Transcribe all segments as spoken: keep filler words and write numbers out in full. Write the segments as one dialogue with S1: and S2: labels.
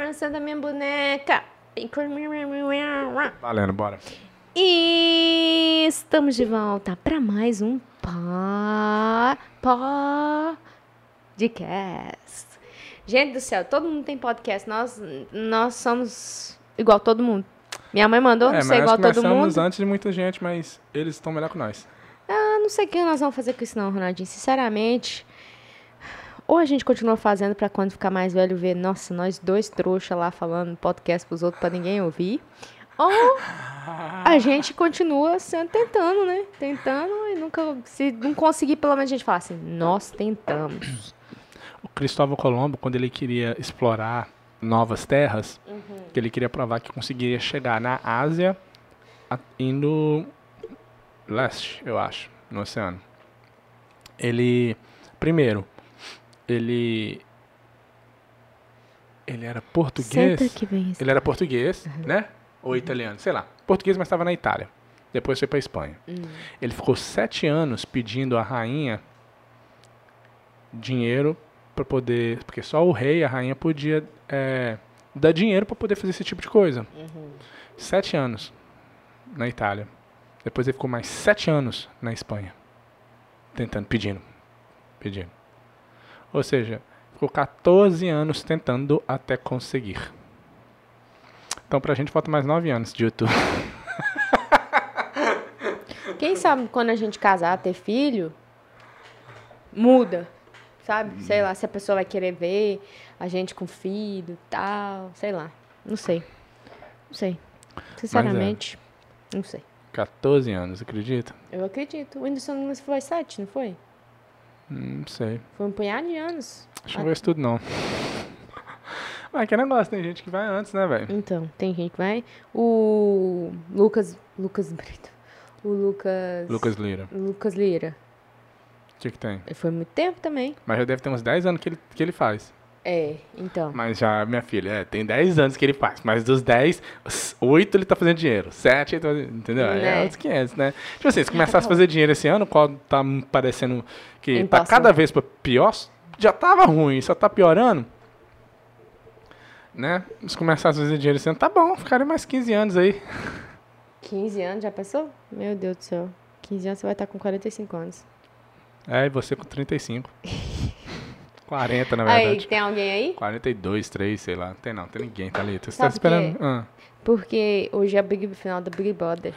S1: Santa minha boneca.
S2: Valendo, bora.
S1: E estamos de volta para mais um pá, podcast. Gente do céu, todo mundo tem podcast. Nós, nós somos igual todo mundo. Minha mãe mandou,
S2: É,
S1: não sei, igual todo mundo.
S2: Nós começamos antes de muita gente, mas eles estão melhor que nós.
S1: Ah, não sei o que nós vamos fazer com isso não, Ronaldinho. Sinceramente, ou a gente continua fazendo pra quando ficar mais velho ver, nossa, nós dois trouxas lá falando podcast pros outros pra ninguém ouvir. Ou a gente continua sendo, tentando, né? Tentando e nunca, se não conseguir, pelo menos a gente fala assim, nós tentamos.
S2: O Cristóvão Colombo, quando ele queria explorar novas terras, uhum. que ele queria provar que conseguiria chegar na Ásia a, indo leste, eu acho, no oceano. Ele, primeiro, ele ele era português.
S1: Senta que vem
S2: ele era português, uhum. né? Ou italiano, sei lá. Português, mas estava na Itália. Depois foi para Espanha. Uhum. Ele ficou sete anos pedindo à rainha dinheiro para poder, porque só o rei e a rainha podia é, dar dinheiro para poder fazer esse tipo de coisa. Uhum. Sete anos na Itália. Depois ele ficou mais sete anos na Espanha. Tentando, pedindo. Pedindo. Ou seja, ficou quatorze anos tentando até conseguir. Então pra gente falta mais nove anos de YouTube.
S1: Quem sabe quando a gente casar, ter filho, muda. Sabe? Hum. Sei lá, se a pessoa vai querer ver a gente com filho e tal. Sei lá. Não sei. Não sei. Sinceramente, é. não sei.
S2: quatorze anos, acredita?
S1: Eu acredito. O Whindersson Nunes foi sete, não foi?
S2: Não sei.
S1: Foi um punhado de anos.
S2: Acho que não foi isso tudo, não. Mas que negócio, tem gente que vai antes, né, velho?
S1: Então, tem gente que vai. O Lucas... Lucas Brito. O Lucas...
S2: Lucas Lira.
S1: Lucas Lira.
S2: O que que tem?
S1: Ele foi muito tempo também.
S2: Mas já deve ter uns dez anos que ele, que ele faz.
S1: É, então.
S2: Mas já, minha filha, é, tem dez anos que ele faz. Mas dos dez, oito ele tá fazendo dinheiro. sete, ele tá fazendo, entendeu? É, é outros quinhentos, né? Tipo assim, se começasse a fazer dinheiro esse ano, qual tá parecendo que Impossível. Tá cada vez pior, já tava ruim, só tá piorando. Né? Se começasse a fazer dinheiro esse ano, tá bom, ficaria mais quinze anos aí.
S1: quinze anos, já pensou? Meu Deus do céu. quinze anos você vai estar com quarenta e cinco anos.
S2: É, e você com trinta e cinco. quarenta, na verdade.
S1: Aí, tem alguém aí?
S2: quarenta e dois, três, sei lá. Não tem não, tem ninguém, tá ali. Você
S1: Sabe
S2: tá esperando? Ah.
S1: Porque hoje é o Big final do Big Brother.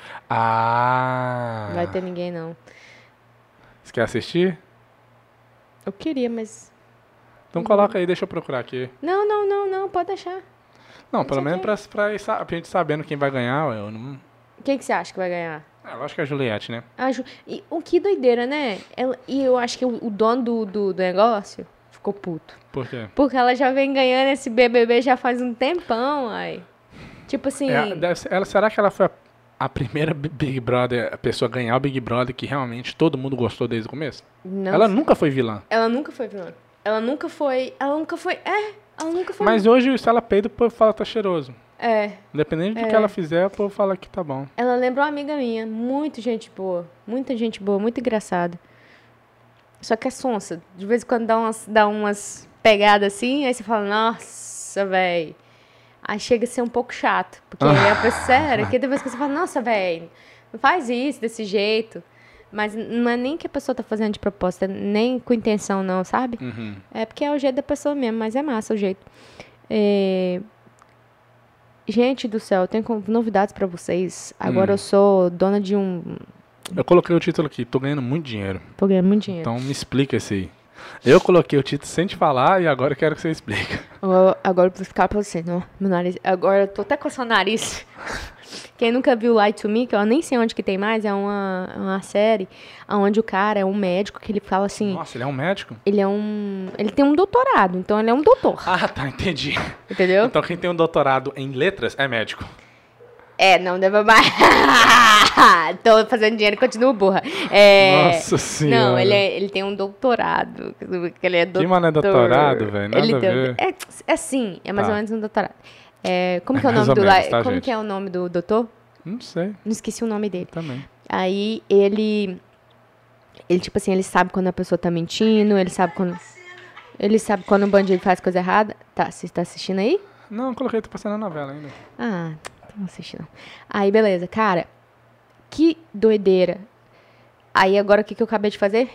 S2: Ah!
S1: Não vai ter ninguém, não.
S2: Você quer assistir?
S1: Eu queria, mas...
S2: Então coloca aí, deixa eu procurar aqui.
S1: Não, não, não, não, pode deixar.
S2: Não, pelo menos pra, pra, pra gente sabendo quem vai ganhar, eu não...
S1: Quem que você acha que vai ganhar?
S2: É, eu acho que é a Juliette, né?
S1: A Ju... e, o que doideira, né? Ela... E eu acho que o, o dono do, do, do negócio ficou puto.
S2: Por quê?
S1: Porque ela já vem ganhando esse B B B já faz um tempão, ai. Tipo assim...
S2: É, deve ser, ela, será que ela foi a, a primeira Big Brother, a pessoa a ganhar o Big Brother que realmente todo mundo gostou desde o começo?
S1: Não
S2: ela
S1: sei.
S2: nunca foi vilã.
S1: Ela nunca foi vilã. Ela nunca foi... Ela nunca foi... É, ela nunca foi...
S2: Mas hoje, se ela peida, o povo fala que tá cheiroso.
S1: É.
S2: Independente
S1: é.
S2: do que ela fizer, o povo fala que tá bom.
S1: Ela lembra uma amiga minha. Muito gente boa. Muita gente boa. Muito engraçada. Só que é sonsa. De vez em quando dá umas, dá umas pegadas assim, aí você fala, nossa, velho. Aí chega a ser um pouco chato. Porque aí a pessoa, sério, que depois que você fala, nossa, velho, não faz isso desse jeito. Mas não é nem que a pessoa tá fazendo de propósito, nem com intenção não, sabe?
S2: Uhum.
S1: É porque é o jeito da pessoa mesmo, mas é massa o jeito. É... Gente do céu, eu tenho novidades pra vocês. Agora hum. eu sou dona de um...
S2: Eu coloquei o título aqui, tô ganhando muito dinheiro.
S1: Tô ganhando muito dinheiro.
S2: Então me explica esse aí. Eu coloquei o título sem te falar e agora eu quero que você explique.
S1: Eu, agora eu vou ficar pra você, não. Meu nariz, agora eu tô até com o seu nariz. Quem nunca viu Lie to Me, que eu nem sei onde que tem mais, é uma, uma série onde o cara é um médico que ele fala assim...
S2: Nossa, ele é um médico?
S1: Ele é um... Ele tem um doutorado, então ele é um doutor.
S2: Ah, tá, entendi.
S1: Entendeu?
S2: Então quem tem um doutorado em letras é médico.
S1: É, não deve mais. Tô fazendo dinheiro e continuo burra. É...
S2: Nossa senhora.
S1: Não, ele, é, ele tem um doutorado. Ele é doutor.
S2: Que mano é doutorado, velho? Nada
S1: ele
S2: a
S1: tem...
S2: ver.
S1: É, é sim, é mais
S2: Tá.
S1: ou menos um doutorado. É, como que é o
S2: Mais
S1: nome
S2: ou
S1: do...
S2: menos, tá,
S1: como
S2: gente?
S1: que é o nome do doutor?
S2: Não sei.
S1: Não esqueci o nome dele.
S2: Também.
S1: Aí ele... Ele, tipo assim, ele sabe quando a pessoa tá mentindo, ele sabe quando... Ele sabe quando o bandido faz coisa errada. Tá, você tá assistindo aí?
S2: Não, coloquei, tô passando a novela ainda.
S1: Ah, não assisti não. Aí, beleza. Cara, que doideira. Aí, agora, o que, que eu acabei de fazer?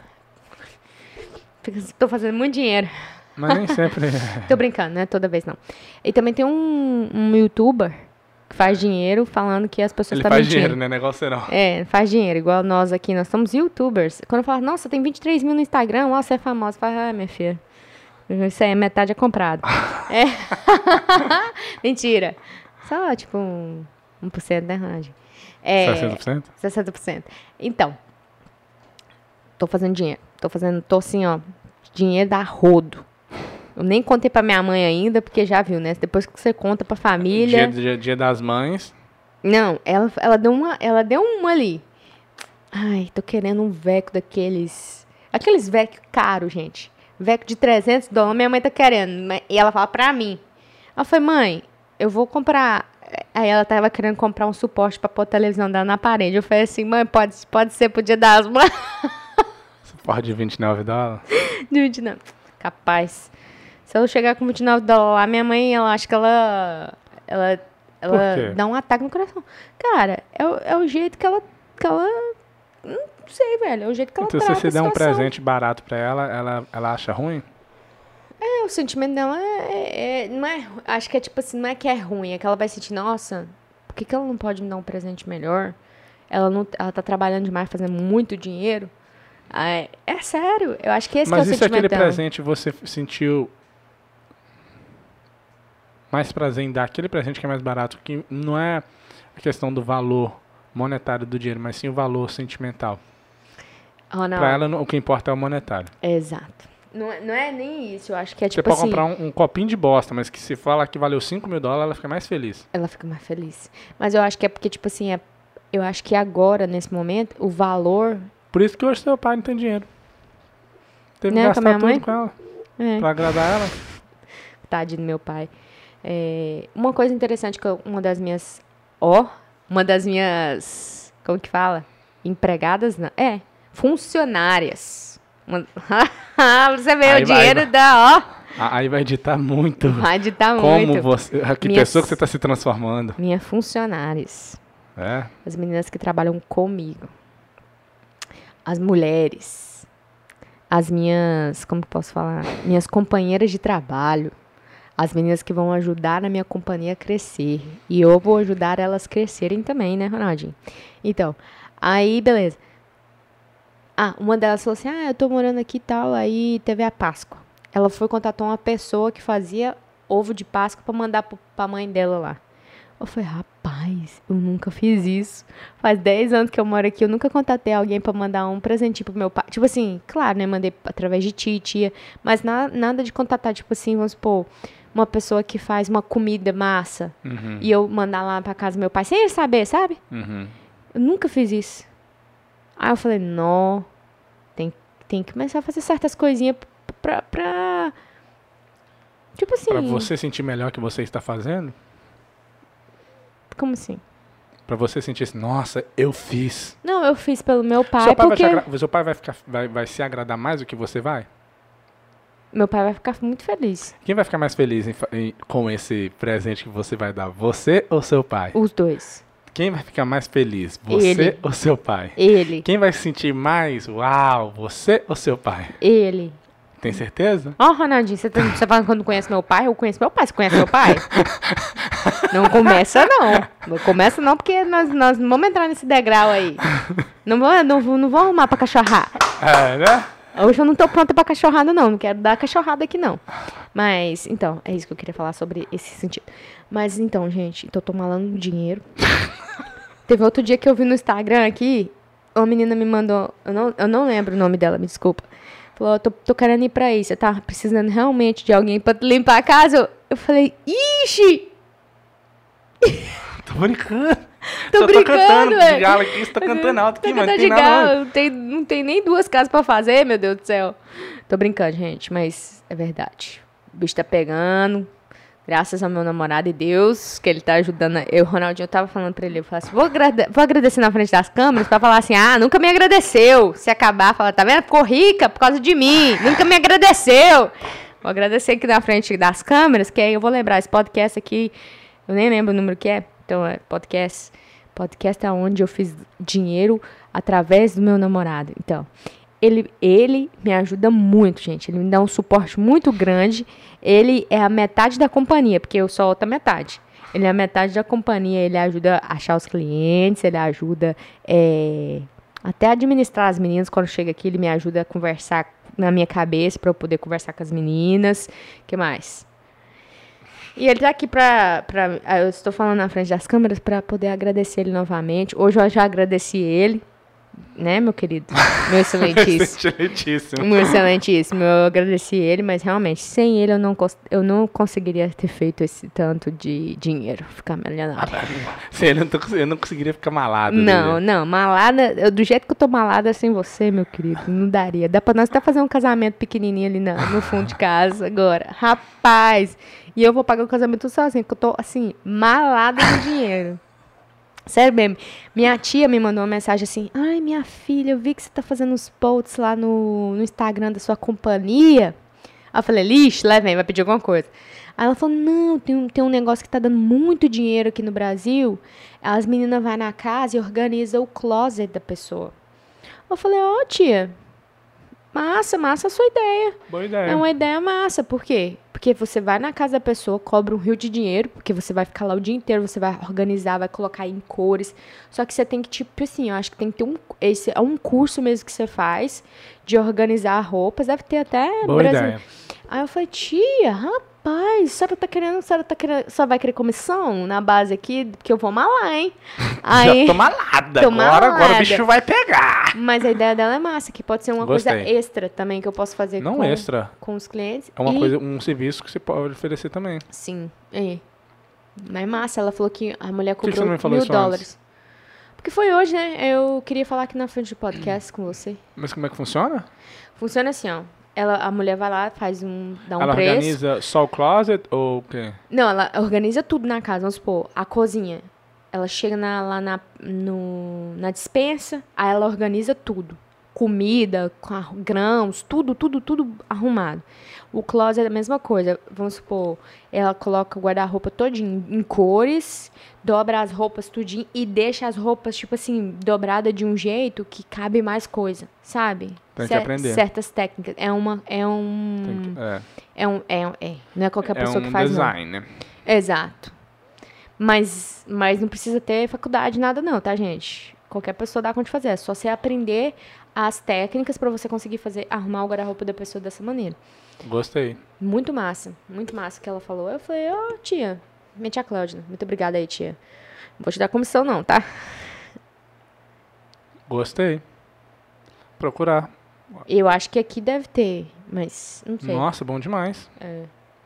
S1: Tô fazendo muito dinheiro.
S2: Mas nem sempre...
S1: Tô brincando, né? Toda vez não. E também tem um, um youtuber que faz dinheiro falando que as pessoas estão
S2: Ele faz
S1: mentindo.
S2: dinheiro, né? Negócio não.
S1: É, faz dinheiro. Igual nós aqui, nós somos youtubers. Quando eu falo, nossa, tem vinte e três mil no Instagram, ó, você é famosa. Fala, ah, minha filha, isso aí, metade é comprado. É. Mentira. Só, tipo, um, um por cento, né, Ronaldinho? É,
S2: sessenta por cento?
S1: sessenta por cento. Então, tô fazendo dinheiro. Tô fazendo, tô assim, ó, dinheiro da rodo. Eu nem contei pra minha mãe ainda, porque já viu, né? Depois que você conta pra família...
S2: Dia, dia, dia das mães.
S1: Não, ela, ela, deu uma, ela deu uma ali. Ai, tô querendo um veco daqueles... Aqueles vecos caros, gente. Veco de trezentos dólares, minha mãe tá querendo. E ela fala pra mim. Ela falou, mãe, eu vou comprar... Aí ela tava querendo comprar um suporte pra pôr a televisão dela na parede. Eu falei assim, mãe, pode, pode ser pro dia das mães.
S2: Suporte de vinte e nove dólares?
S1: De vinte e nove. Capaz. Se eu chegar com vinte e nove dólares lá, minha mãe, ela acha que ela... Ela, ela dá um ataque no coração. Cara, é, o- é o jeito que ela... Que ela não sei, velho. É o jeito que ela
S2: Então, se
S1: trata
S2: você
S1: a
S2: der um
S1: situação.
S2: presente barato pra ela, ela, ela acha ruim?
S1: É, o sentimento dela é, é- é- não é... Acho que é tipo assim, não é que é ruim. É que ela vai sentir, nossa, por que, que ela não pode me dar um presente melhor? Ela, não, ela tá trabalhando demais, fazendo muito dinheiro. Ai, é sério. Eu acho que esse
S2: Mas
S1: que é o
S2: e se aquele
S1: sentimento dela.
S2: presente você sentiu mais prazer em dar aquele presente que é mais barato, que não é a questão do valor monetário do dinheiro, mas sim o valor sentimental.
S1: Ronaldo,
S2: Pra ela, o que importa é o monetário.
S1: exato. Não é, não é nem isso. Eu acho que é
S2: Você
S1: tipo
S2: pode
S1: assim...
S2: comprar um, um copinho de bosta, mas que se fala que valeu cinco mil dólares, ela fica mais feliz.
S1: Ela fica mais feliz. Mas eu acho que é porque, tipo assim, é, eu acho que agora, nesse momento, o valor...
S2: Por isso que hoje seu pai não tem dinheiro. Teve que
S1: Né, com a
S2: gastar
S1: minha
S2: tudo
S1: mãe?
S2: com ela,
S1: É,
S2: pra agradar ela.
S1: tadinho do meu pai. É, uma coisa interessante que eu- uma das minhas... Ó, uma das minhas... Como que fala? Empregadas? Não. É, funcionárias. Uma, você vê
S2: Aí
S1: o
S2: vai,
S1: dinheiro
S2: vai.
S1: da... Ó,
S2: A- Aí vai editar muito.
S1: vai editar
S2: Como
S1: muito.
S2: você... Que
S1: Minhas-
S2: pessoa que você tá se transformando.
S1: Minhas funcionárias.
S2: É?
S1: As meninas que trabalham comigo. As mulheres. As minhas, como que eu posso falar? Minhas companheiras de trabalho. As meninas que vão ajudar a minha companhia a crescer. E eu vou ajudar elas a crescerem também, né, Ronaldinho? Então, aí, beleza. Ah, uma delas falou assim, ah, eu tô morando aqui e tal, aí teve a Páscoa. Ela foi contatar uma pessoa que fazia ovo de Páscoa pra mandar pro- pra mãe dela lá. Eu falei, rapaz, eu nunca fiz isso. Faz dez anos que eu moro aqui, eu nunca contatei alguém pra mandar um presentinho pro meu pai. Tipo assim, claro, né, mandei através de tia, tia, mas na, nada de contatar, tipo assim, vamos supor, uma pessoa que faz uma comida massa
S2: Uhum.
S1: e eu mandar lá pra casa do meu pai, sem ele saber, sabe?
S2: Uhum.
S1: Eu nunca fiz isso. Aí eu falei, não, tem, tem que começar a fazer certas coisinhas pra, pra... Tipo assim...
S2: Pra você sentir melhor que você está fazendo?
S1: Como assim?
S2: Pra você sentir assim, nossa, eu fiz.
S1: Não, eu fiz pelo meu pai,
S2: seu pai,
S1: porque...
S2: vai, te agra- seu pai vai, ficar, vai, vai se agradar mais do que você vai?
S1: Meu pai vai ficar muito feliz.
S2: Quem vai ficar mais feliz em fa- em- com esse presente que você vai dar? Você ou seu pai?
S1: Os dois.
S2: Quem vai ficar mais feliz? Você
S1: Ele.
S2: ou seu pai?
S1: Ele.
S2: Quem vai se sentir mais, uau, você ou seu pai?
S1: Ele.
S2: Tem certeza?
S1: Ó, Ronaldinho, você tá, você falando que eu não conheço meu pai? Eu conheço meu pai. Você conhece meu pai? Não começa, não. Não começa, não, porque nós, nós não vamos entrar nesse degrau aí. Não vou, não, vou- não vou arrumar pra cachorrar.
S2: É, né?
S1: Hoje eu não tô pronta pra cachorrada, não. Não quero dar cachorrada aqui, não. Mas, então, é isso que eu queria falar sobre esse sentido. Mas, então, gente, então eu tô malando dinheiro. Teve outro dia que eu vi no Instagram aqui, uma menina me mandou, eu não, eu não lembro o nome dela, me desculpa. Falou, tô, tô querendo ir pra aí, você tá precisando realmente de alguém pra limpar a casa? Eu, eu falei, ixi!
S2: Tô brincando.
S1: Tô
S2: Só
S1: brincando,
S2: tô cantando
S1: velho.
S2: de galo aqui, você tá cantando alto aqui,
S1: Tô
S2: mano. Não
S1: cantando
S2: tem
S1: de
S2: nada não.
S1: galo, não tem, não tem nem duas casas pra fazer, meu Deus do céu. Tô brincando, gente, mas é verdade. O bicho tá pegando, graças ao meu namorado e Deus, que ele tá ajudando. a- Eu, Ronaldinho, eu tava falando pra ele, eu falei assim, vou, agrade- vou agradecer na frente das câmeras pra falar assim, ah, nunca me agradeceu. Se acabar, fala, tá vendo? Ficou rica por causa de mim, nunca me agradeceu. Vou agradecer aqui na frente das câmeras, que aí eu vou lembrar. Esse podcast aqui, eu nem lembro o número que é. Então, é podcast. Podcast é onde eu fiz dinheiro através do meu namorado. Então, ele, ele me ajuda muito, gente. Ele me dá um suporte muito grande. Ele é a metade da companhia, porque eu sou a outra metade. Ele é a metade da companhia. Ele ajuda a achar os clientes, ele ajuda é, até a administrar as meninas. Quando chega aqui, ele me ajuda a conversar na minha cabeça para eu poder conversar com as meninas. O que mais? E ele tá aqui pra, pra... Eu estou falando na frente das câmeras para poder agradecer ele novamente. Hoje eu já agradeci ele, né, meu querido? Meu excelentíssimo.
S2: Excelentíssimo.
S1: Meu excelentíssimo. Eu agradeci ele, mas realmente, sem ele eu não, eu não conseguiria ter feito esse tanto de dinheiro, ficar milionário.
S2: Sem ele eu não, eu não conseguiria ficar malado.
S1: Não,
S2: dele.
S1: não, malada, eu, do jeito que eu tô malada sem você, meu querido, não daria. Dá pra nós até fazer um casamento pequenininho ali na, no fundo de casa agora. Rapaz, e eu vou pagar o casamento sozinho, porque eu tô, assim, malada de dinheiro. Sério mesmo. Minha tia me mandou uma mensagem assim, ai, minha filha, eu vi que você tá fazendo uns posts lá no, no Instagram da sua companhia. Aí eu falei, lixo, lá vem, vai pedir alguma coisa. Aí ela falou, não, tem um, tem um negócio que tá dando muito dinheiro aqui no Brasil. As meninas vão na casa e organizam o closet da pessoa. Eu falei, ó, oh, tia, massa, massa a sua ideia.
S2: Boa ideia.
S1: É uma ideia massa, por quê? Porque você vai na casa da pessoa, cobra um rio de dinheiro, porque você vai ficar lá o dia inteiro, você vai organizar, vai colocar em cores. Só que você tem que, tipo assim, eu acho que tem que ter um... Esse é um curso mesmo que você faz de organizar roupas. Deve ter até...
S2: Boa
S1: Brasil.
S2: ideia.
S1: Aí eu falei, tia, rapaz, a senhora tá querendo, a senhora tá querendo, só vai querer comissão na base aqui, porque eu vou malar, hein? Aí,
S2: já tô malada.
S1: tô
S2: agora,
S1: malada.
S2: agora o bicho vai pegar.
S1: Mas a ideia dela é massa, que pode ser uma
S2: Gostei.
S1: coisa extra também, que eu posso fazer
S2: Não
S1: com,
S2: extra.
S1: com os clientes.
S2: É uma
S1: E-
S2: coisa, um serviço que você pode oferecer também.
S1: Sim, é. Mas massa, ela falou que a mulher
S2: que você
S1: cobrou
S2: não me falou
S1: mil
S2: isso antes?
S1: dólares. Porque foi hoje, né? Eu queria falar aqui na frente do podcast com você.
S2: Mas como é que funciona?
S1: Funciona assim, ó. Ela, a mulher vai lá, faz um, dá um
S2: Ela
S1: preço.
S2: organiza só o closet ou o quê?
S1: Não, ela organiza tudo na casa. Vamos supor, a cozinha. Ela chega na, lá na, no, na despensa, aí ela organiza tudo. Comida, com a- grãos, tudo, tudo, tudo arrumado. O closet é a mesma coisa. Vamos supor, ela coloca o guarda-roupa todinho em cores, dobra as roupas tudinho e deixa as roupas, tipo assim, dobrada de um jeito que cabe mais coisa, sabe?
S2: Tem que aprender.
S1: Certas técnicas. É uma, é um...
S2: Tem que- é
S1: É um, é, um- é. Não é qualquer
S2: é
S1: pessoa
S2: um
S1: que faz, não.
S2: design, né?
S1: Exato. Mas, mas não precisa ter faculdade, nada não, tá, gente? Qualquer pessoa dá conta de fazer. É só você aprender as técnicas pra você conseguir fazer, arrumar o guarda-roupa da pessoa dessa maneira.
S2: Gostei.
S1: Muito massa. Muito massa que ela falou. Eu falei, ó, oh, tia, minha tia Cláudia. Muito obrigada aí, tia. Não vou te dar comissão não, tá?
S2: Gostei. Procurar.
S1: Eu acho que aqui deve ter, mas não sei.
S2: Nossa, bom demais.
S1: É.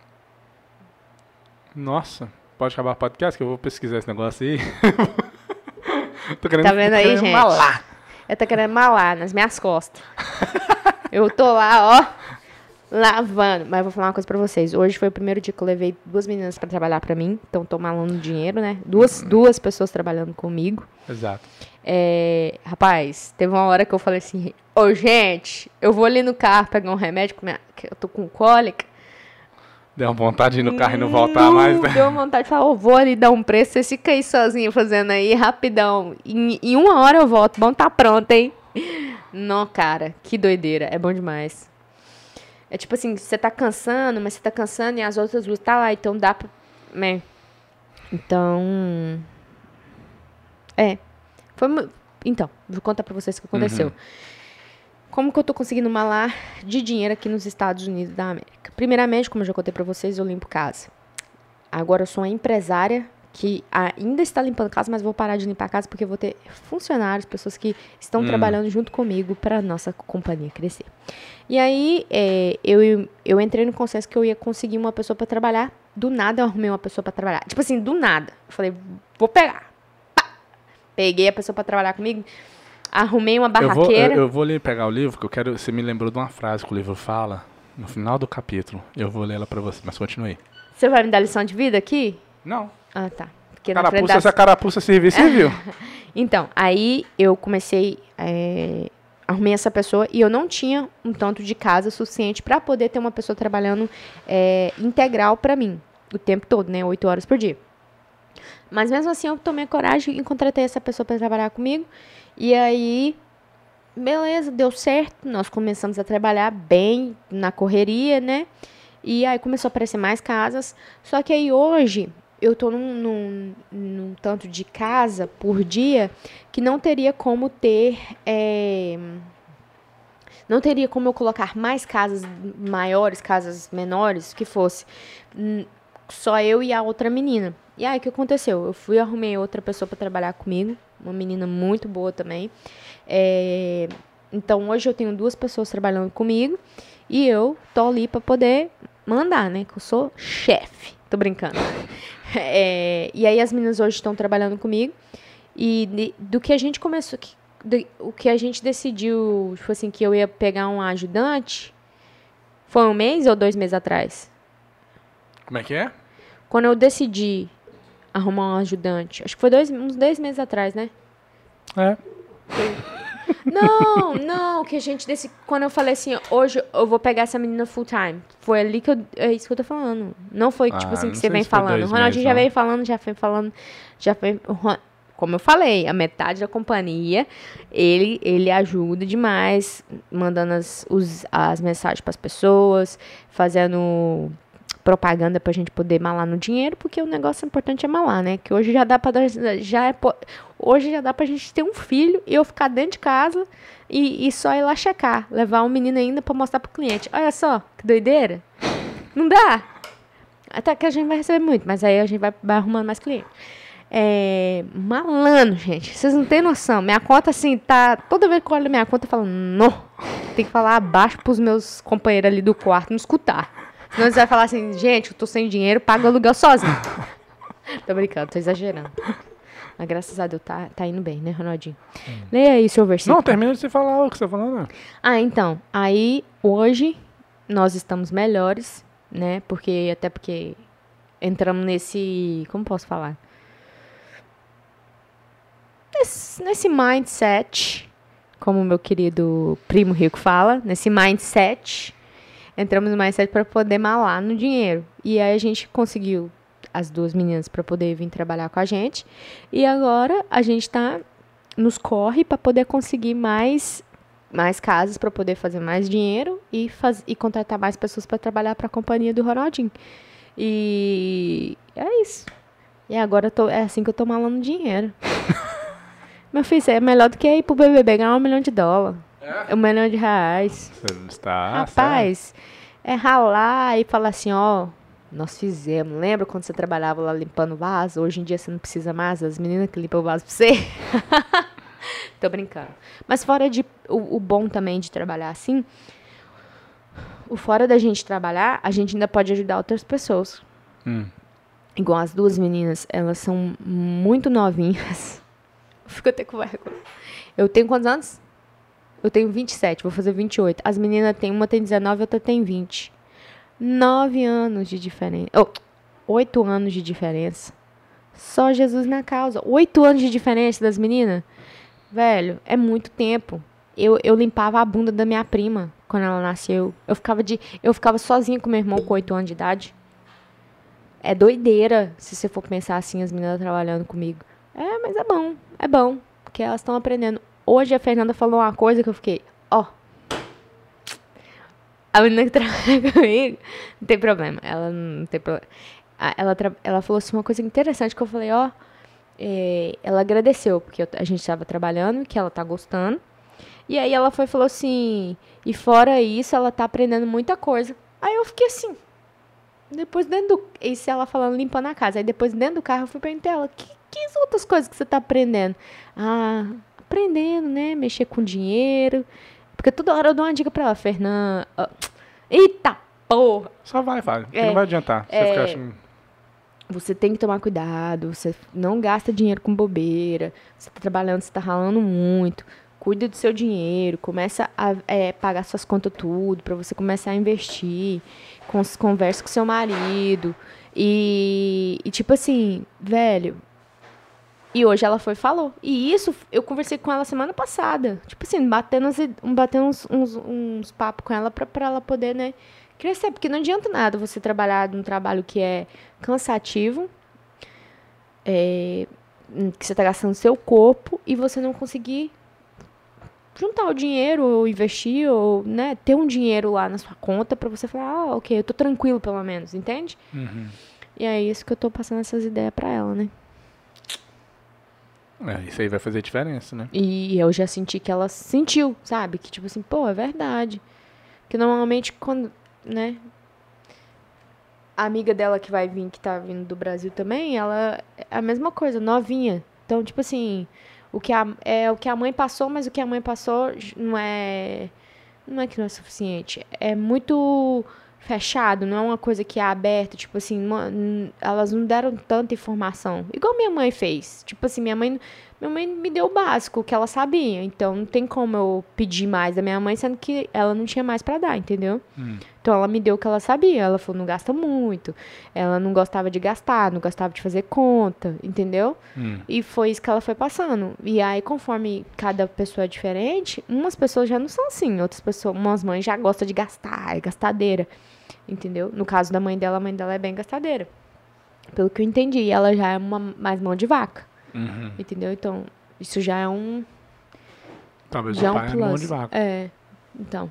S2: Nossa, pode acabar o podcast que eu vou pesquisar esse negócio aí. tô querendo,
S1: Tá vendo
S2: tô
S1: aí,
S2: querendo
S1: gente?
S2: malar.
S1: Eu tô querendo malar nas minhas costas. Eu tô lá, ó, lavando. Mas eu vou falar uma coisa pra vocês. Hoje foi o primeiro dia que eu levei duas meninas pra trabalhar pra mim. Então tô malando dinheiro, né? Duas, duas pessoas trabalhando comigo.
S2: Exato.
S1: É, rapaz, teve uma hora que eu falei assim, ô gente, eu vou ali no carro pegar um remédio, que minha- que eu tô com cólica.
S2: Deu uma vontade de ir no carro e não voltar mais, né?
S1: Deu uma vontade de falar, ô, vou ali dar um preço, você fica aí sozinho fazendo aí, rapidão. Em, em uma hora eu volto, bom, tá pronto, hein? Não, cara, que doideira, é bom demais. É tipo assim, você tá cansando, mas você tá cansando e as outras luzes tá lá, então dá pra... Né? Então... É. Foi, mu- então, vou contar pra vocês o que aconteceu.
S2: Uhum.
S1: Como que eu tô conseguindo malar de dinheiro aqui nos Estados Unidos da América? Primeiramente, como eu já contei pra vocês, eu limpo casa. Agora eu sou uma empresária que ainda está limpando casa, mas vou parar de limpar casa porque eu vou ter funcionários, pessoas que estão
S2: Hum.
S1: trabalhando junto comigo para nossa companhia crescer. E aí, é, eu, eu entrei no consenso que eu ia conseguir uma pessoa para trabalhar. Do nada, eu arrumei uma pessoa para trabalhar. Tipo assim, do nada. Eu falei, vou pegar. Pá! Peguei a pessoa para trabalhar comigo. Arrumei uma
S2: Eu vou,
S1: barraqueira.
S2: eu, eu vou ler pegar o livro, que eu quero. Você me lembrou de uma frase que o livro fala no final do capítulo. Eu vou ler ela pra você, mas continue.
S1: Você vai me dar lição de vida aqui?
S2: Não.
S1: Ah, tá. Porque na frente
S2: Carapuça,
S1: das...
S2: essa carapuça servir, serviu.
S1: Então, aí eu comecei é, arrumei essa pessoa e eu não tinha um tanto de casa suficiente para poder ter uma pessoa trabalhando é, integral para mim, o tempo todo, né? Oito horas por dia. Mas mesmo assim eu tomei coragem e contratei essa pessoa para trabalhar comigo. E aí, beleza, deu certo. Nós começamos a trabalhar bem na correria, né? E aí começou a aparecer mais casas. Só que aí hoje eu tô num, num, num tanto de casa por dia que não teria como ter... É, não teria como eu colocar mais casas maiores, casas menores, que fosse só eu e a outra menina. E aí, o que aconteceu? Eu fui, arrumei outra pessoa para trabalhar comigo, uma menina muito boa também. É, então, hoje eu tenho duas pessoas trabalhando comigo e eu tô ali para poder mandar, né? Que eu sou chefe. Tô brincando. É, e aí, as meninas hoje estão trabalhando comigo. E de, do que a gente começou, que, do, o que a gente decidiu, tipo assim, que eu ia pegar um ajudante, foi um mês ou dois meses atrás?
S2: Como é que é?
S1: Quando eu decidi arrumar um ajudante, acho que foi dois, uns dois meses atrás, né?
S2: É.
S1: Não, não, que a gente desse, quando eu falei assim, hoje eu vou pegar essa menina full time. Foi ali que eu, é isso que eu tô falando. Não foi tipo
S2: Ah,
S1: assim
S2: não
S1: que
S2: sei
S1: você vem
S2: se foi
S1: falando. O
S2: dois
S1: Ronaldinho
S2: meses,
S1: já
S2: não.
S1: veio falando, já foi falando, já foi, como eu falei, a metade da companhia, ele ele ajuda demais, mandando as, os, as mensagens para as pessoas, fazendo propaganda pra gente poder malar no dinheiro, porque o negócio importante é malar, né? Que hoje já dá pra dar, já é, hoje já dá pra gente ter um filho e eu ficar dentro de casa e, e só ir lá checar, levar um menino ainda pra mostrar pro cliente. Olha só, que doideira. Não dá. Até que a gente vai receber muito, mas aí a gente vai, vai arrumando mais cliente. É, malandro, gente. Vocês não têm noção. Minha conta, assim, tá... Toda vez que eu olho minha conta, eu falo, não. Tem que falar abaixo pros meus companheiros ali do quarto não escutar. Senão eles vão falar assim, gente, eu tô sem dinheiro, paga o aluguel sozinho. Tô brincando, tô exagerando. Mas graças a Deus tá, tá indo bem, né, Ronaldinho? Hum. Leia aí seu versículo.
S2: Não, termina de você falar o que você tá falando.
S1: Ah, então. Aí, hoje, nós estamos melhores, né? Porque, até porque entramos nesse... Como posso falar? Nesse, nesse mindset, como o meu querido primo rico fala, nesse mindset... Entramos no mindset para poder malar no dinheiro. E aí a gente conseguiu as duas meninas para poder vir trabalhar com a gente. E agora a gente tá nos corre para poder conseguir mais, mais casas, para poder fazer mais dinheiro e, faz, e contratar mais pessoas para trabalhar para a companhia do Ronaldinho. E é isso. E agora eu tô, é assim que eu tô malando dinheiro. Meu filho, isso é melhor do que ir pro B B B ganhar um milhão de dólares. É? Um milhão de reais.
S2: Você está
S1: Rapaz,
S2: certo.
S1: É ralar e falar assim, ó, nós fizemos. Lembra quando você trabalhava lá limpando vaso? Hoje em dia você não precisa mais, as meninas que limpam o vaso pra você. Tô brincando. Mas fora de o, o bom também de trabalhar assim, o fora da gente trabalhar, a gente ainda pode ajudar outras pessoas.
S2: Hum.
S1: Igual as duas meninas, elas são muito novinhas. Fico até com vergonha. Eu tenho quantos anos? Eu tenho vinte e sete, vou fazer vinte e oito. As meninas têm, uma tem dezenove, a outra tem vinte. Nove anos de diferença. Oh, oito anos de diferença. Só Jesus na causa. Oito anos de diferença das meninas. Velho, é muito tempo. Eu, eu limpava a bunda da minha prima quando ela nasceu. Eu ficava, de, eu ficava sozinha com meu irmão com oito anos de idade. É doideira, se você for pensar assim, as meninas trabalhando comigo. É, mas é bom, é bom. Porque elas estão aprendendo. Hoje a Fernanda falou uma coisa que eu fiquei, ó. A menina que trabalha comigo, não tem problema. Ela não tem problema. Ela, ela falou assim uma coisa interessante que eu falei, ó. É, ela agradeceu, porque eu, a gente estava trabalhando, que ela tá gostando. E aí ela foi e falou assim, e fora isso, ela tá aprendendo muita coisa. Aí eu fiquei assim. Depois dentro do... Isso ela falando, limpando a casa. Aí depois dentro do carro eu fui perguntar ela, que, que outras coisas que você tá aprendendo? Ah... aprendendo, né? Mexer com dinheiro. Porque toda hora eu dou uma dica pra ela, Fernanda. Uh, eita porra!
S2: Só vai, vai.
S1: É,
S2: não vai adiantar. Você,
S1: é,
S2: fica achando...
S1: você tem que tomar cuidado. Você não gasta dinheiro com bobeira. Você tá trabalhando, você tá ralando muito. Cuida do seu dinheiro. Começa a é, pagar suas contas tudo. Pra você começar a investir. Com, conversa com seu marido. E, e tipo assim, velho... E hoje ela foi e falou. E isso, eu conversei com ela semana passada. Tipo assim, batendo, as id- um- batendo uns, uns, uns papos com ela pra, pra ela poder, né, crescer. Porque não adianta nada você trabalhar num trabalho que é cansativo, é, hum, que você tá gastando seu corpo e você não conseguir juntar o dinheiro ou investir ou, né, ter um dinheiro lá na sua conta pra você falar, ah, ok, eu tô tranquilo pelo menos, entende?
S2: Uhum.
S1: E é isso que eu tô passando essas ideias pra ela, né?
S2: É, isso aí vai fazer diferença, né?
S1: E eu já senti que ela sentiu, sabe? Que tipo assim, pô, é verdade. Que normalmente quando, né? A amiga dela que vai vir, que tá vindo do Brasil também, ela é a mesma coisa, novinha. Então, tipo assim, o que a, é o que a mãe passou, mas o que a mãe passou j- não é. Não é que não é suficiente. É muito fechado, não é uma coisa que é aberta, tipo assim, uma- n- elas não deram tanta informação. Igual minha mãe fez. Tipo assim, minha mãe, minha mãe me deu o básico, o que ela sabia. Então não tem como eu pedir mais da minha mãe, sendo que ela não tinha mais pra dar, entendeu?
S2: Hum.
S1: Então ela me deu o que ela sabia. Ela falou, não gasta muito. Ela não gostava de gastar, não gostava de fazer conta, entendeu?
S2: Hum.
S1: E foi isso que ela foi passando. E aí, conforme cada pessoa é diferente, umas pessoas já não são assim. Outras pessoas, umas mães já gostam de gastar, é gastadeira. Entendeu? No caso da mãe dela, a mãe dela é bem gastadeira. Pelo que eu entendi. E ela já é uma mais mão de vaca.
S2: Uhum.
S1: Entendeu? Então, isso já é um,
S2: Talvez
S1: já é
S2: o
S1: um
S2: pai é mão
S1: plus.
S2: de vaca.
S1: É, então.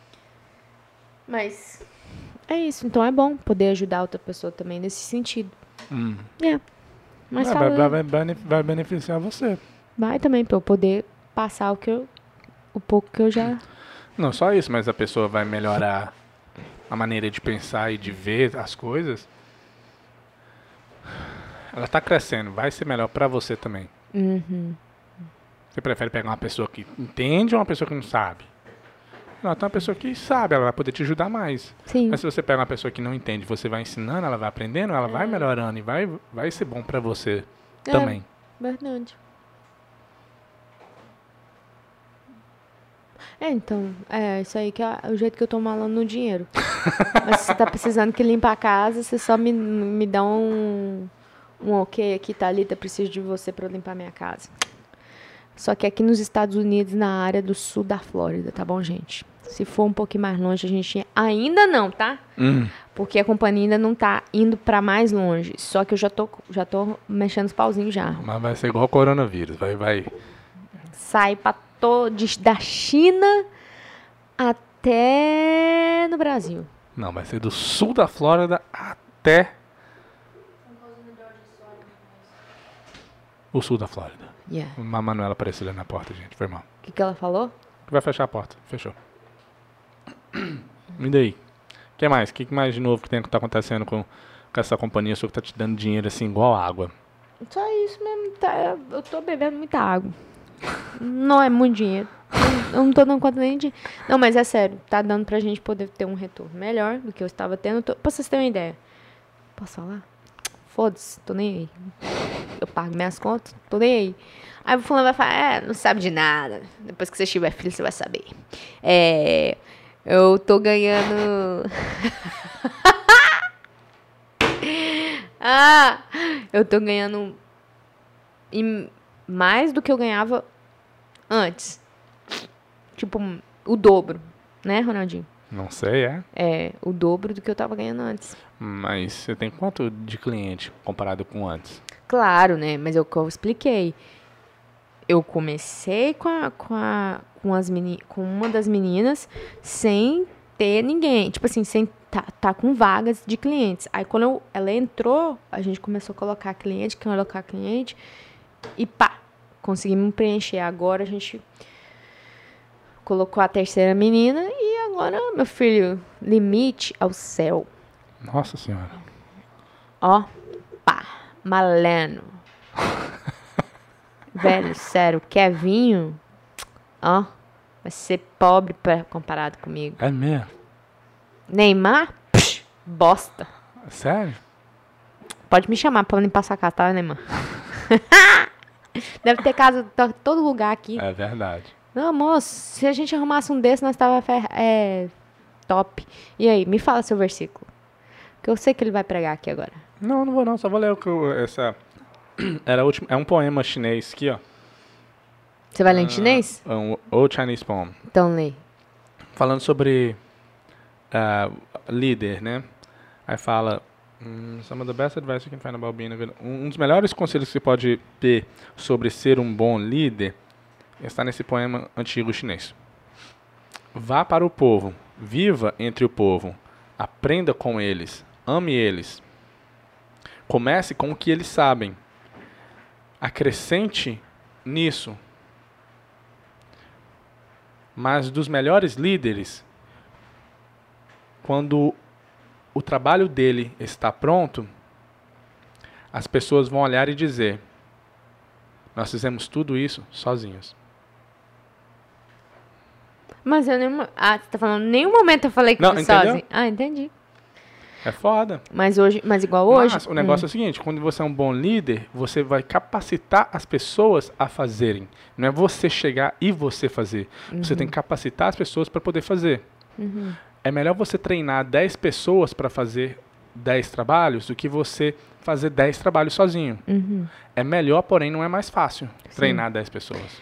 S1: Mas é isso. Então é bom poder ajudar outra pessoa também nesse sentido.
S2: Hum.
S1: É. Mas
S2: É,
S1: fala,
S2: vai, vai, vai, vai beneficiar você.
S1: vai também pra eu poder passar o que eu, o pouco que eu já.
S2: Não só isso, mas a pessoa vai melhorar a maneira de pensar e de ver as coisas. Ela tá crescendo, vai ser melhor pra você também.
S1: Uhum.
S2: Você prefere pegar uma pessoa que entende ou uma pessoa que não sabe? Não, tem uma pessoa que sabe, ela vai poder te ajudar mais.
S1: Sim.
S2: Mas se você pega uma pessoa que não entende, você vai ensinando, ela vai aprendendo, ela vai melhorando e vai, vai ser bom pra você
S1: É.
S2: também.
S1: Verdade. É, então, é isso aí que é o jeito que eu tô malando no dinheiro. Mas se você tá precisando que limpa a casa, você só me, me dá um, um ok aqui, Thalita, preciso de você pra eu limpar minha casa. Só que aqui nos Estados Unidos, na área do sul da Flórida, tá bom, gente? Se for um pouquinho mais longe, a gente ainda não, tá?
S2: Hum.
S1: Porque a companhia ainda não tá indo pra mais longe. Só que eu já tô, já tô mexendo os pauzinhos já.
S2: Mas vai ser igual o coronavírus, vai, vai.
S1: Sai pra to, de, da China até no Brasil.
S2: Não, vai ser do sul da Flórida até o sul da Flórida.
S1: Yeah.
S2: Uma Manuela apareceu ali na porta, gente. Foi mal.
S1: O que, que ela falou?
S2: Vai fechar a porta. Fechou. E daí? O que mais? O que mais de novo que tem que tá acontecendo com, com essa companhia sua que tá te dando dinheiro assim igual água?
S1: Só isso mesmo. Tá, eu tô bebendo muita água. Não é muito dinheiro. Eu não tô dando conta nem de... Não, mas é sério. Tá dando pra gente poder ter um retorno melhor do que eu estava tendo. Tô... Pra vocês terem uma ideia. Posso falar? Foda-se, tô nem aí. Eu pago minhas contas, tô nem aí. Aí o fulano vai falar, é, não sabe de nada. Depois que você tiver filho, você vai saber. É, eu tô ganhando... ah, eu tô ganhando em- mais do que eu ganhava antes. Tipo, o dobro, né, Ronaldinho?
S2: Não sei, é?
S1: É, o dobro do que eu tava ganhando antes.
S2: Mas você tem quanto de cliente comparado com antes?
S1: Claro, né? Mas é o que eu expliquei. Eu comecei com, a, com, a, com, as meni, com uma das meninas sem ter ninguém. Tipo assim, sem tá, tá com vagas de clientes. Aí quando eu, ela entrou, a gente começou a colocar cliente, colocar cliente. E pá, conseguimos preencher. Agora a gente colocou a terceira menina e agora, meu filho, limite ao céu.
S2: Nossa senhora.
S1: Ó, pá, maleno. Velho, sério, Kevinho, ó, vai ser pobre pra, comparado comigo.
S2: É mesmo?
S1: Neymar, psh, bosta.
S2: Sério?
S1: Pode me chamar pra limpar sua casa, tá, Neymar? Deve ter casa em todo lugar aqui.
S2: É verdade.
S1: Não, moço, se a gente arrumasse um desse, nós tava fer- é, top. E aí, me fala seu versículo. Que eu sei que ele vai pregar aqui agora.
S2: Não, não vou não, só vou ler o que eu- essa, Era último, é um poema chinês aqui, ó.
S1: Você vai ler em chinês?
S2: É um Old Chinese Poem.
S1: Então lê.
S2: Falando sobre uh, líder, né? Aí fala, um, some of the best advice you can find about being a good... Um, um dos melhores conselhos que você pode ter sobre ser um bom líder está nesse poema antigo chinês. Vá para o povo, viva entre o povo, aprenda com eles, ame eles. Comece com o que eles sabem. Acrescente nisso. Mas dos melhores líderes, quando o trabalho dele está pronto, as pessoas vão olhar e dizer, nós fizemos tudo isso sozinhos.
S1: Mas eu nem... Ah, você tá falando, em nenhum momento eu falei que
S2: Não,
S1: foi
S2: entendeu?
S1: sozinho. Ah, entendi.
S2: É foda.
S1: Mas hoje, mas igual hoje...
S2: Mas o negócio
S1: hum.
S2: é o seguinte, quando você é um bom líder, você vai capacitar as pessoas a fazerem. Não é você chegar e você fazer. Uhum. Você tem que capacitar as pessoas para poder fazer.
S1: Uhum.
S2: É melhor você treinar dez pessoas para fazer dez trabalhos do que você fazer dez trabalhos sozinho.
S1: Uhum.
S2: É melhor, porém não é mais fácil
S1: Sim.
S2: treinar dez pessoas.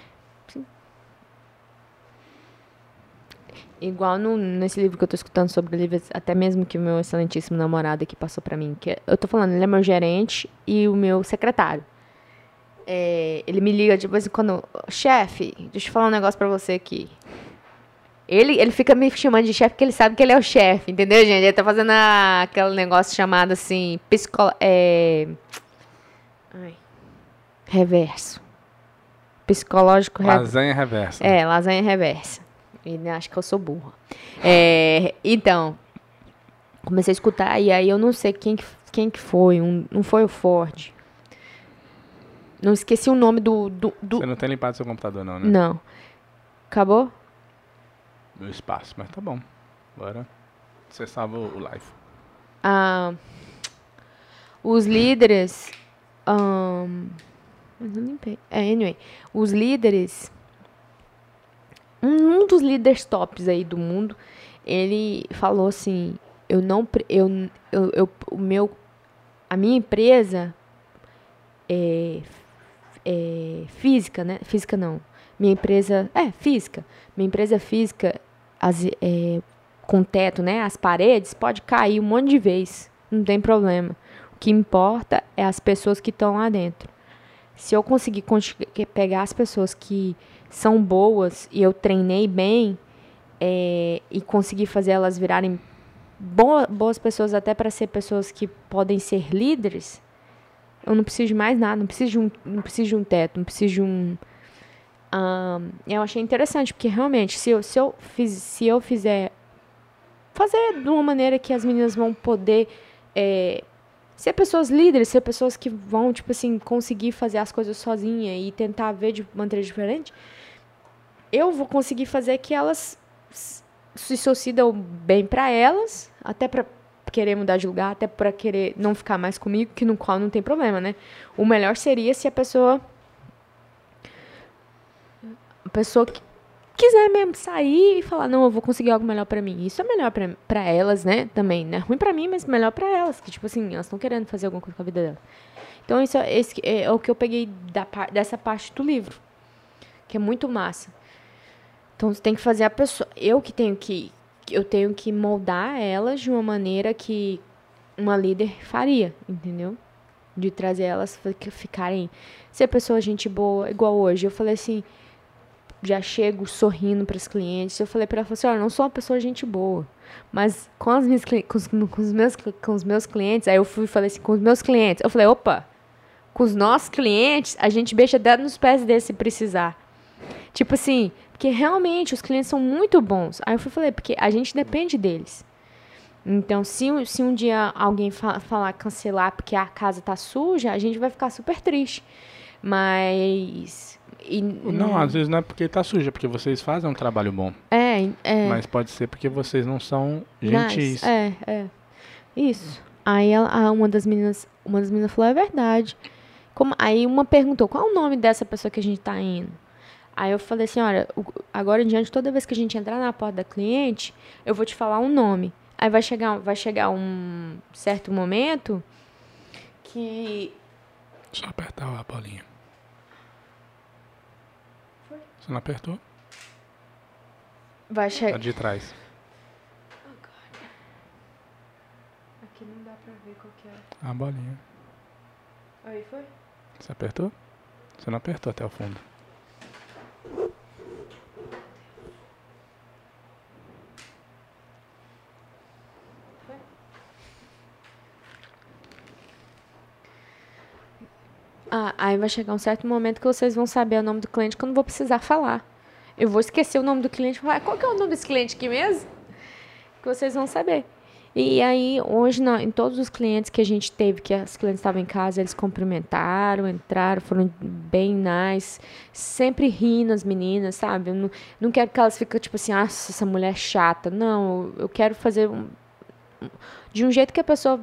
S1: Igual no, nesse livro que eu tô escutando sobre livros, até mesmo que o meu excelentíssimo namorado aqui passou pra mim, que eu tô falando, ele é meu gerente e o meu secretário. É, ele me liga de vez em quando, chefe, deixa eu falar um negócio pra você aqui. Ele, ele fica me chamando de chefe porque ele sabe que ele é o chefe, entendeu, gente? Ele tá fazendo a, aquele negócio chamado assim, psicolo... É, ai, reverso. Psicológico reverso.
S2: Lasanha reversa.
S1: É, lasanha reversa. Ele acha que eu sou burra. É, então, comecei a escutar e aí eu não sei quem que, quem que foi. Um, não foi o Ford. Não esqueci o nome do, do, do...
S2: Você não tem limpado seu computador não, né?
S1: Não. Acabou?
S2: Meu espaço, mas tá bom. Agora você salva o, o live.
S1: Ah, os líderes... Um, mas eu limpei. É, anyway. Os líderes... Um dos líderes tops aí do mundo, ele falou assim, eu não, eu, eu, eu o meu, a minha empresa é, é física, né? Física não. Minha empresa, é física. Minha empresa física, as, é, com teto, né? As paredes pode cair um monte de vez, não tem problema. O que importa é as pessoas que estão lá dentro. Se eu conseguir pegar as pessoas que são boas e eu treinei bem é, e conseguir fazer elas virarem boa, boas pessoas até para ser pessoas que podem ser líderes, eu não preciso de mais nada, não preciso de um, não preciso de um teto, não preciso de um... um eu achei interessante, porque realmente, se eu, se, eu fiz, se eu fizer... Fazer de uma maneira que as meninas vão poder... É, ser pessoas líderes, ser pessoas que vão, tipo assim, conseguir fazer as coisas sozinha e tentar ver de maneira diferente, eu vou conseguir fazer que elas se sucedam bem pra elas, até pra querer mudar de lugar, até pra querer não ficar mais comigo, que no qual não tem problema, né? O melhor seria se a pessoa a pessoa que quiser mesmo sair e falar, não, eu vou conseguir algo melhor pra mim. Isso é melhor pra, pra elas, né? Também, né? Ruim pra mim, mas melhor pra elas. Que, tipo assim, elas estão querendo fazer alguma coisa com a vida delas. Então, isso é, esse é o que eu peguei da, dessa parte do livro. Que é muito massa. Então, você tem que fazer a pessoa... Eu que tenho que... Eu tenho que moldar elas de uma maneira que uma líder faria, entendeu? De trazer elas ficarem... Ser pessoa gente boa, igual hoje. Eu falei assim... Já chego sorrindo para os clientes. Eu falei para ela, falei assim, olha, eu não sou uma pessoa gente boa, mas com, as minhas, com, os, com, os meus, com os meus clientes, aí eu fui e falei assim, com os meus clientes, eu falei, opa, com os nossos clientes, a gente beija dedo nos pés deles se precisar. Tipo assim, porque realmente os clientes são muito bons. Aí eu fui e falei, porque a gente depende deles. Então, se, se um dia alguém fa falar cancelar porque a casa tá suja, a gente vai ficar super triste. Mas... E,
S2: não,
S1: né?
S2: Às vezes não é porque tá suja, é porque vocês fazem um trabalho bom.
S1: É, é.
S2: Mas pode ser porque vocês não são gentis.
S1: Nice. É, é. Isso. Aí ela, uma das meninas, uma das meninas falou, é verdade. Como, aí uma perguntou, qual é o nome dessa pessoa que a gente tá indo? Aí eu falei assim, olha, agora em diante, toda vez que a gente entrar na porta da cliente, eu vou te falar um nome. Aí vai chegar, vai chegar um certo momento que
S2: Só apertar a bolinha. Foi? Você não apertou?
S1: Vai chegar.
S2: A de trás.
S1: Agora. Aqui não dá pra ver qual que é.
S2: A bolinha.
S1: Aí foi?
S2: Você apertou? Você não apertou até o fundo.
S1: Foi? Ah, aí vai chegar um certo momento que vocês vão saber o nome do cliente que eu não vou precisar falar. Eu vou esquecer o nome do cliente e falar, qual que é o nome desse cliente aqui mesmo? Que vocês vão saber. E aí, hoje, na, em todos os clientes que a gente teve, que as clientes estavam em casa, eles cumprimentaram, entraram, foram bem nice, sempre rindo as meninas, sabe? Eu não, não quero que elas fiquem, tipo assim, ah, essa mulher é chata. Não, eu quero fazer um, de um jeito que a pessoa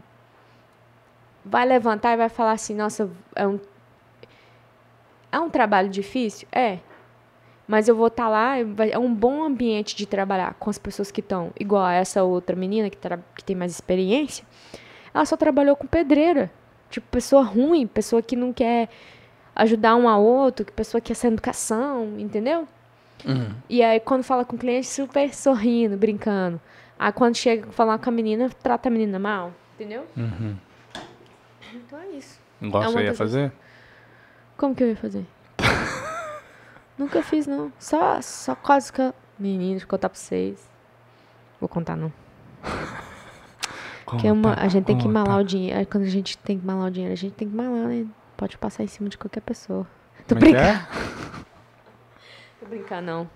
S1: vai levantar e vai falar assim, nossa, é um, é um trabalho difícil? É. Mas eu vou estar lá, é um bom ambiente de trabalhar com as pessoas que estão, igual a essa outra menina que, que tem mais experiência. Ela só trabalhou com pedreira. Tipo, pessoa ruim, pessoa que não quer ajudar um ao outro, pessoa que quer essa educação, entendeu?
S2: Uhum.
S1: E aí, quando fala com o cliente, super sorrindo, brincando. Aí, quando chega a falar com a menina, trata a menina mal, entendeu?
S2: Uhum.
S1: Então é isso.
S2: Igual
S1: é
S2: você ia fazer?
S1: Como que eu ia fazer? Nunca fiz, não. Só, só quase que... Meninos, vou contar pra vocês. Vou contar, não. Porque uma, a gente tem que malar o dinheiro. Aí, quando a gente tem que malar o dinheiro, a gente tem que malar, né? Pode passar em cima de qualquer pessoa. Tô
S2: Como é que
S1: brincando.
S2: é?
S1: Tô brincando, não.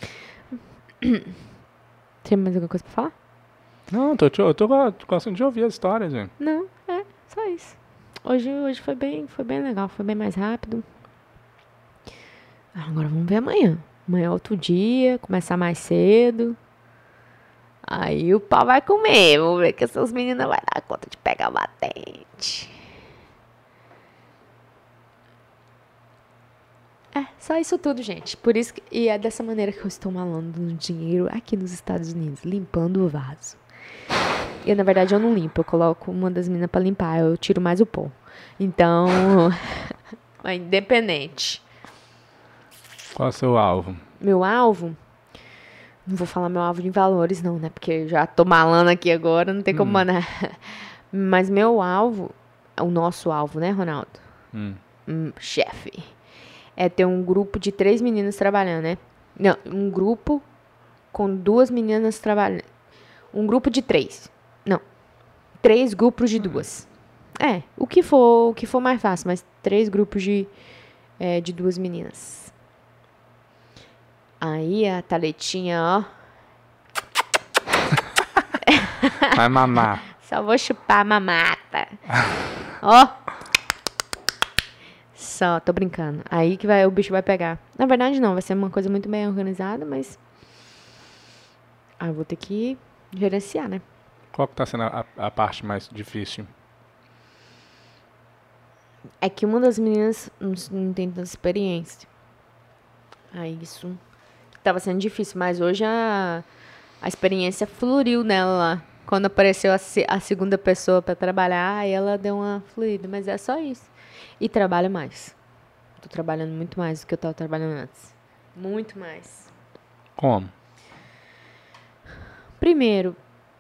S1: Tem mais alguma coisa pra falar?
S2: Não, tô, eu tô gostando de ouvir as histórias, gente.
S1: Não, é, só isso. Hoje, hoje foi bem, foi bem legal, foi bem mais rápido. Agora vamos ver amanhã. Amanhã é outro dia, começar mais cedo. Aí o pau vai comer. Vamos ver que essas meninas vão dar conta de pegar o batente. É, só isso tudo, gente. Por isso que, e é dessa maneira que eu estou malando no dinheiro aqui nos Estados Unidos, limpando o vaso. E na verdade eu não limpo, eu coloco uma das meninas pra limpar, eu tiro mais o pó. Então, é independente.
S2: Qual é o seu alvo?
S1: Meu alvo? Não vou falar meu alvo em valores, não, né? Porque eu já tô malando aqui agora, não tem como
S2: Hum.
S1: manar. Mas meu alvo, o nosso alvo, né, Ronaldo?
S2: Hum.
S1: Hum, chefe. É ter um grupo de três meninas trabalhando, né? Não, um grupo com duas meninas trabalhando. Um grupo de três. Não. Três grupos de duas. É, o que for, o que for mais fácil, mas três grupos de, é, de duas meninas. Aí a Thaletinha, ó.
S2: Vai mamar.
S1: Só vou chupar a mamata. Ó. Só, tô brincando. Aí que vai, o bicho vai pegar. Na verdade, não. Vai ser uma coisa muito bem organizada, mas... Ah, eu vou ter que gerenciar, né?
S2: Qual que tá sendo a, a parte mais difícil?
S1: É que uma das meninas não, não tem tanta experiência. Aí isso tava sendo difícil. Mas hoje a, a experiência floriu nela lá. Quando apareceu a, a segunda pessoa pra trabalhar, aí ela deu uma fluida. Mas é só isso. E trabalho mais. Tô trabalhando muito mais do que eu tava trabalhando antes. Muito mais.
S2: Como?
S1: Primeiro,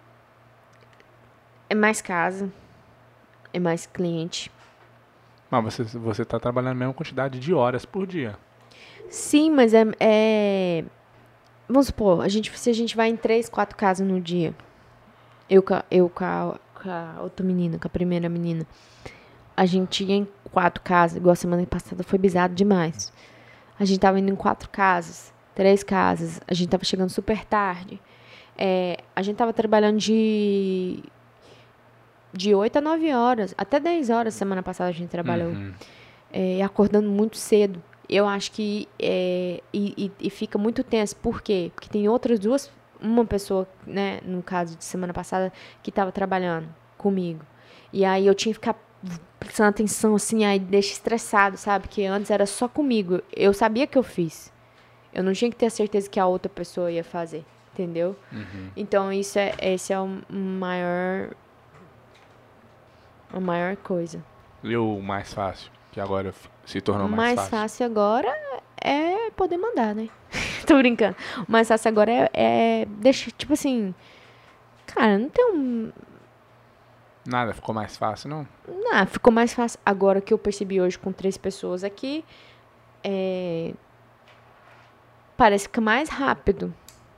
S1: é mais casa. É mais cliente.
S2: Mas você, você tá trabalhando a mesma quantidade de horas por dia.
S1: Sim, mas é, é... Vamos supor, a gente, se a gente vai em três, quatro casas no dia. Eu, eu com, a, com a outra menina, com a primeira menina. A gente ia em quatro casas, igual a semana passada foi bizarro demais. A gente tava indo em quatro casas, três casas. A gente tava chegando super tarde. É, a gente tava trabalhando de... De oito a nove horas, até dez horas semana passada a gente trabalhou.
S2: Uhum.
S1: É, acordando muito cedo. Eu acho que é, e, e, e fica muito tenso. Por quê? Porque tem outras duas, uma pessoa, né, no caso de semana passada, que estava trabalhando comigo. E aí eu tinha que ficar prestando atenção, assim, aí deixa estressado, sabe? Que antes era só comigo. Eu sabia que eu fiz. Eu não tinha que ter a certeza que a outra pessoa ia fazer, entendeu?
S2: Uhum.
S1: Então, isso é, esse é o maior... A maior coisa.
S2: E o mais fácil, que agora f- se tornou
S1: O
S2: mais,
S1: mais
S2: fácil.
S1: fácil agora é poder mandar, né? Tô brincando. O mais fácil agora é, é deixa, tipo assim, cara, não tem um,
S2: Nada ficou mais fácil, não?
S1: ah, ficou mais fácil agora que eu percebi hoje com três pessoas aqui, é, parece que fica mais rápido.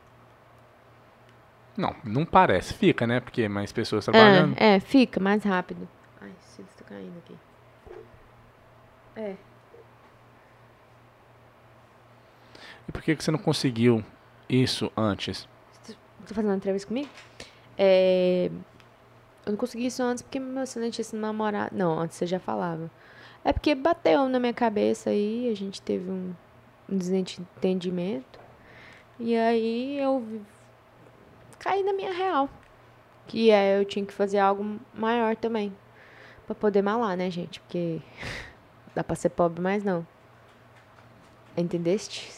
S2: Não, não parece. Fica, né? Porque mais pessoas trabalhando.
S1: É, é, fica mais rápido. Ai, os cílios estão caindo aqui. É.
S2: E por que, que você não conseguiu isso antes?
S1: Tá fazendo uma entrevista comigo? É, eu não consegui isso antes porque meu excelentíssimo namorado... Não, antes você já falava. É porque bateu na minha cabeça aí, a gente teve um, um desentendimento. E aí eu vi- caí na minha real. Que é, eu tinha que fazer algo maior também. Pra poder malar, né, gente? Porque dá pra ser pobre, mas não. Entendeste?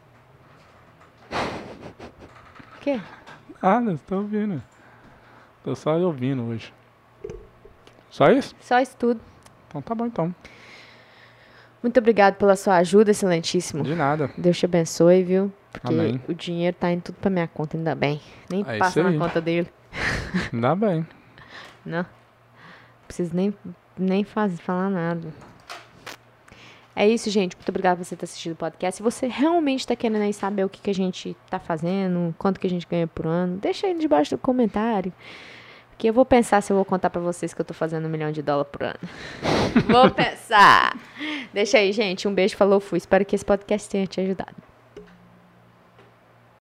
S1: O quê?
S2: Nada, tô ouvindo. Tô só ouvindo hoje. Só isso?
S1: Só isso tudo.
S2: Então tá bom, então.
S1: Muito obrigado pela sua ajuda, excelentíssimo.
S2: De nada.
S1: Deus te abençoe, viu? Porque
S2: Amém.
S1: o dinheiro tá indo tudo pra minha conta, ainda bem. Nem
S2: É
S1: passa
S2: isso
S1: na
S2: aí.
S1: conta dele.
S2: Ainda bem.
S1: Não. Não preciso nem, nem fazer, falar nada. É isso, gente. Muito obrigada por você ter assistido o podcast. Se você realmente tá querendo aí saber o que, que a gente tá fazendo, quanto que a gente ganha por ano, deixa aí debaixo do comentário. Que eu vou pensar se eu vou contar pra vocês que eu tô fazendo um milhão de dólares por ano. Vou pensar. Deixa aí, gente. Um beijo, falou, fui. Espero que esse podcast tenha te ajudado.